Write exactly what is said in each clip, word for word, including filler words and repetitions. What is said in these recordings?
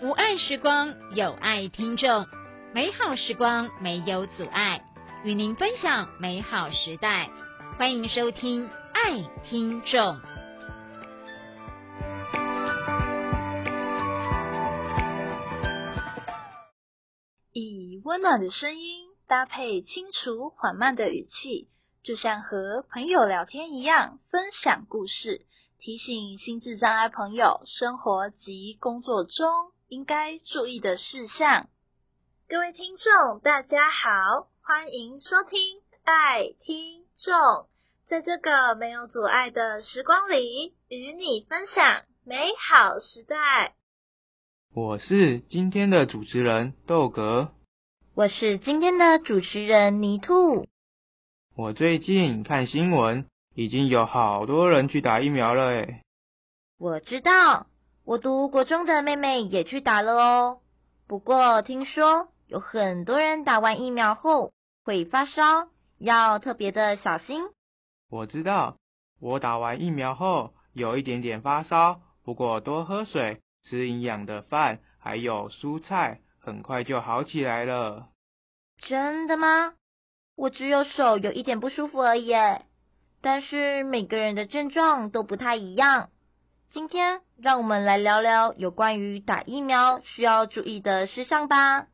无碍时光，有爱听众，美好时光没有阻碍，与您分享美好时代。欢迎收听爱听众。 以温暖的声音搭配清楚缓慢的语气，就像和朋友聊天一样，分享故事，提醒心智障碍朋友生活及工作中应该注意的事项。各位听众大家好，欢迎收听爱听众，在这个没有阻碍的时光里，与你分享美好时代。 我是今天的主持人豆格， 我是今天的主持人泥兔。 我最近看新闻，已经有好多人去打疫苗了诶。 我知道，我读国中的妹妹也去打了哦。不过听说有很多人打完疫苗后会发烧，要特别的小心。 我知道，我打完疫苗后有一点点发烧，不过多喝水，吃营养的饭，还有蔬菜，很快就好起来了。 真的吗？我只有手有一点不舒服而已耶，但是每个人的症状都不太一样。今天让我们来聊聊有关于打疫苗需要注意的事项吧。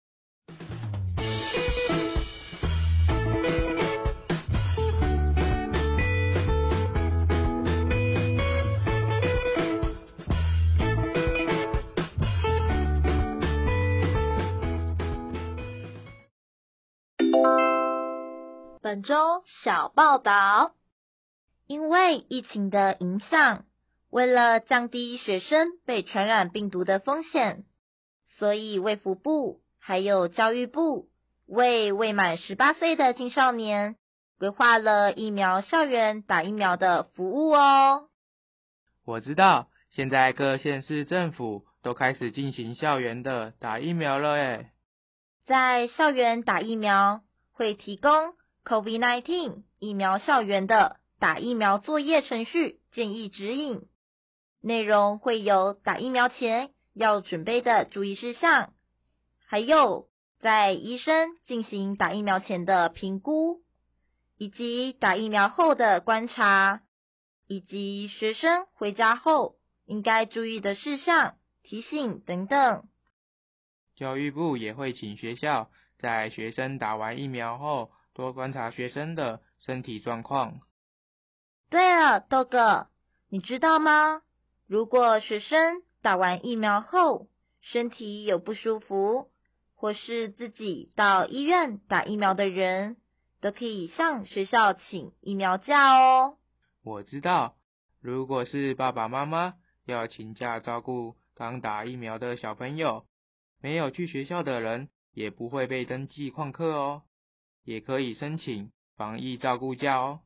本周小报道， 因为疫情的影响，为了降低学生被传染病毒的风险，所以卫福部还有教育部为未满十八岁的青少年规划了疫苗校园打疫苗的服务哦。 我知道，现在各县市政府都开始进行校园的打疫苗了诶。 在校园打疫苗会提供 COVID 十九 疫苗校园的打疫苗作业程序建议指引，内容会有打疫苗前要准备的注意事项，还有在医生进行打疫苗前的评估，以及打疫苗后的观察，以及学生回家后应该注意的事项、提醒等等。 教育部也会请学校在学生打完疫苗后，多观察学生的身体状况。 对了，豆哥，你知道吗？如果学生打完疫苗后身体有不舒服，或是自己到医院打疫苗的人，都可以向学校请疫苗假哦。 我知道，如果是爸爸妈妈要请假照顾刚打疫苗的小朋友，没有去学校的人也不会被登记旷课哦，也可以申请防疫照顾假哦。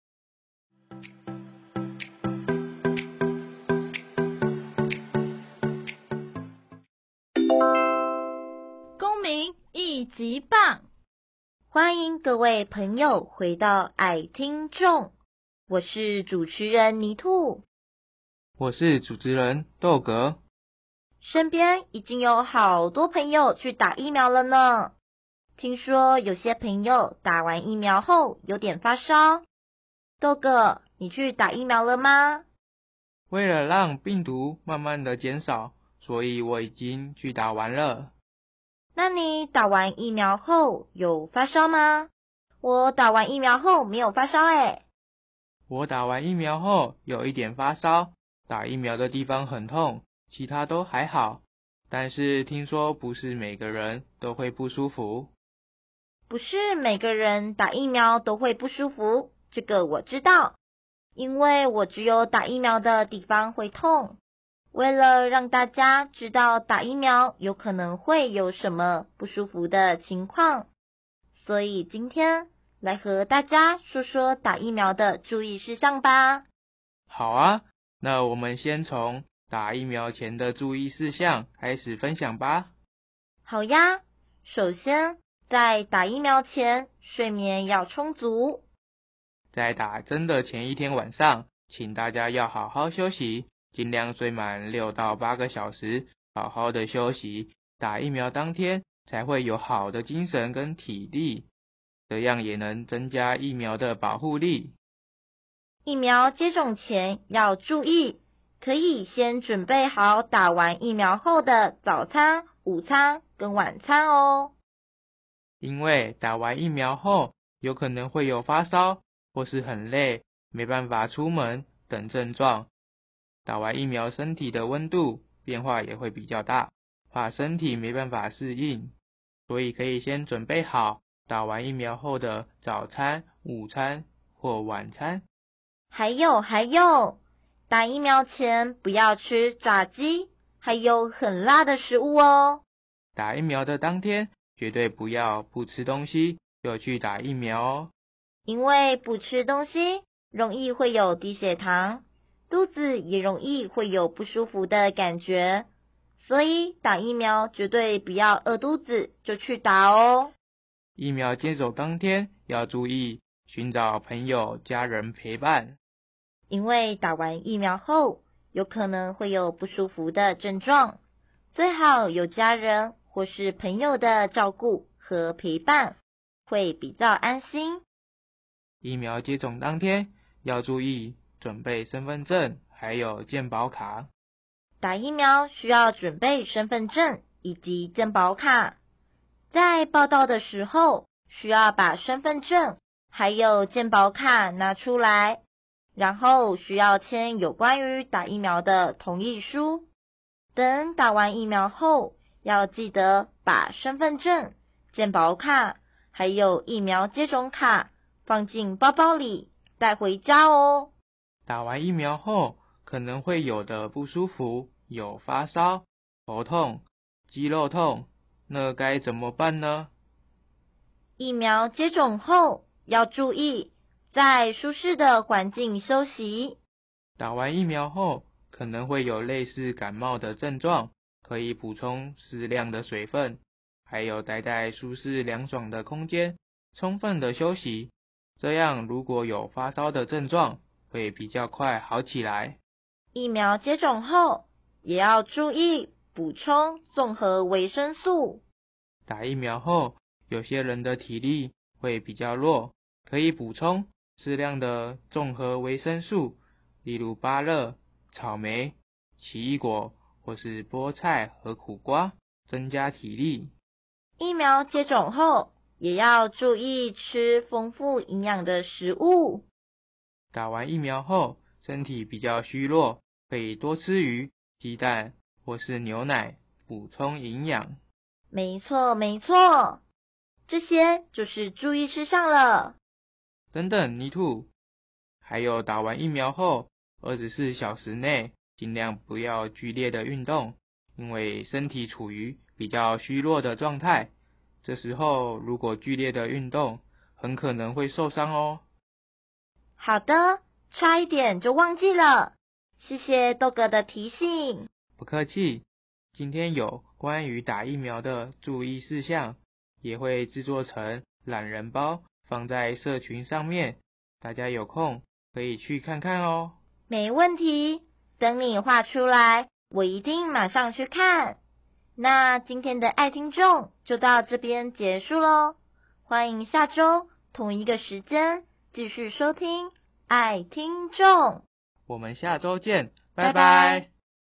公民一级棒， 欢迎各位朋友回到爱听众，我是主持人泥兔， 我是主持人豆格。 身边已经有好多朋友去打疫苗了呢。听说有些朋友打完疫苗后有点发烧。豆哥，你去打疫苗了吗？ 为了让病毒慢慢的减少，所以我已经去打完了。 那你打完疫苗后有发烧吗？我打完疫苗后没有发烧诶。 我打完疫苗后有一点发烧，打疫苗的地方很痛，其他都还好。但是听说不是每个人都会不舒服。 不是每个人打疫苗都会不舒服，这个我知道，因为我只有打疫苗的地方会痛。为了让大家知道打疫苗有可能会有什么不舒服的情况，所以今天来和大家说说打疫苗的注意事项吧。 好啊，那我们先从打疫苗前的注意事项开始分享吧。 好呀，首先在打疫苗前，睡眠要充足。 在打针的前一天晚上，请大家要好好休息，尽量睡满六到八个小时， 好好的休息，打疫苗当天才会有好的精神跟体力，这样也能增加疫苗的保护力。 疫苗接种前要注意，可以先准备好打完疫苗后的早餐、午餐跟晚餐哦。 因为打完疫苗后有可能会有发烧或是很累，没办法出门等症状。打完疫苗身体的温度变化也会比较大，怕身体没办法适应，所以可以先准备好打完疫苗后的早餐、午餐或晚餐。 还有还有，打疫苗前不要吃炸鸡，还有很辣的食物哦。 打疫苗的当天绝对不要不吃东西就去打疫苗哦， 因为不吃东西容易会有低血糖，肚子也容易会有不舒服的感觉，所以打疫苗绝对不要饿肚子就去打哦。 疫苗接种当天要注意寻找朋友、家人陪伴， 因为打完疫苗后有可能会有不舒服的症状，最好有家人或是朋友的照顾和陪伴，会比较安心。 疫苗接种当天要注意准备身份证还有健保卡。 打疫苗需要准备身份证以及健保卡，在报到的时候需要把身份证还有健保卡拿出来，然后需要签有关于打疫苗的同意书。等打完疫苗后，要记得把身份证、健保卡还有疫苗接种卡放进包包里带回家哦。 打完疫苗后可能会有的不舒服，有发烧、头痛、肌肉痛，那该怎么办呢？ 疫苗接种后要注意在舒适的环境休息。 打完疫苗后可能会有类似感冒的症状，可以补充适量的水分，还有待在舒适凉爽的空间，充分的休息，这样如果有发烧的症状会比较快好起来。 疫苗接种后也要注意补充综合维生素。 打疫苗后有些人的体力会比较弱，可以补充适量的综合维生素，例如芭乐、草莓、奇异果或是菠菜和苦瓜，增加体力。 疫苗接种后也要注意吃丰富营养的食物。 打完疫苗后身体比较虚弱，可以多吃鱼、鸡蛋或是牛奶，补充营养。 没错没错，这些就是注意事项了。 等等，泥兔，还有打完疫苗后二十四小时内尽量不要剧烈的运动，因为身体处于比较虚弱的状态，这时候如果剧烈的运动很可能会受伤哦。 好的，差一点就忘记了，谢谢豆哥的提醒。 不客气，今天有关于打疫苗的注意事项，也会制作成懒人包放在社群上面，大家有空可以去看看哦。 没问题，等你画出来，我一定马上去看。那今天的爱听众就到这边结束咯，欢迎下周同一个时间继续收听爱听众。 我们下周见， 拜拜。 拜拜。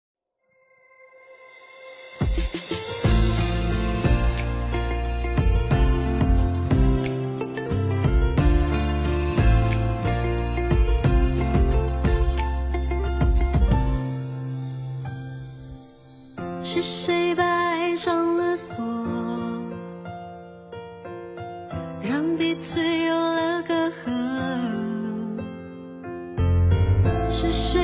是谁白上了锁，让彼此有了隔阂？是谁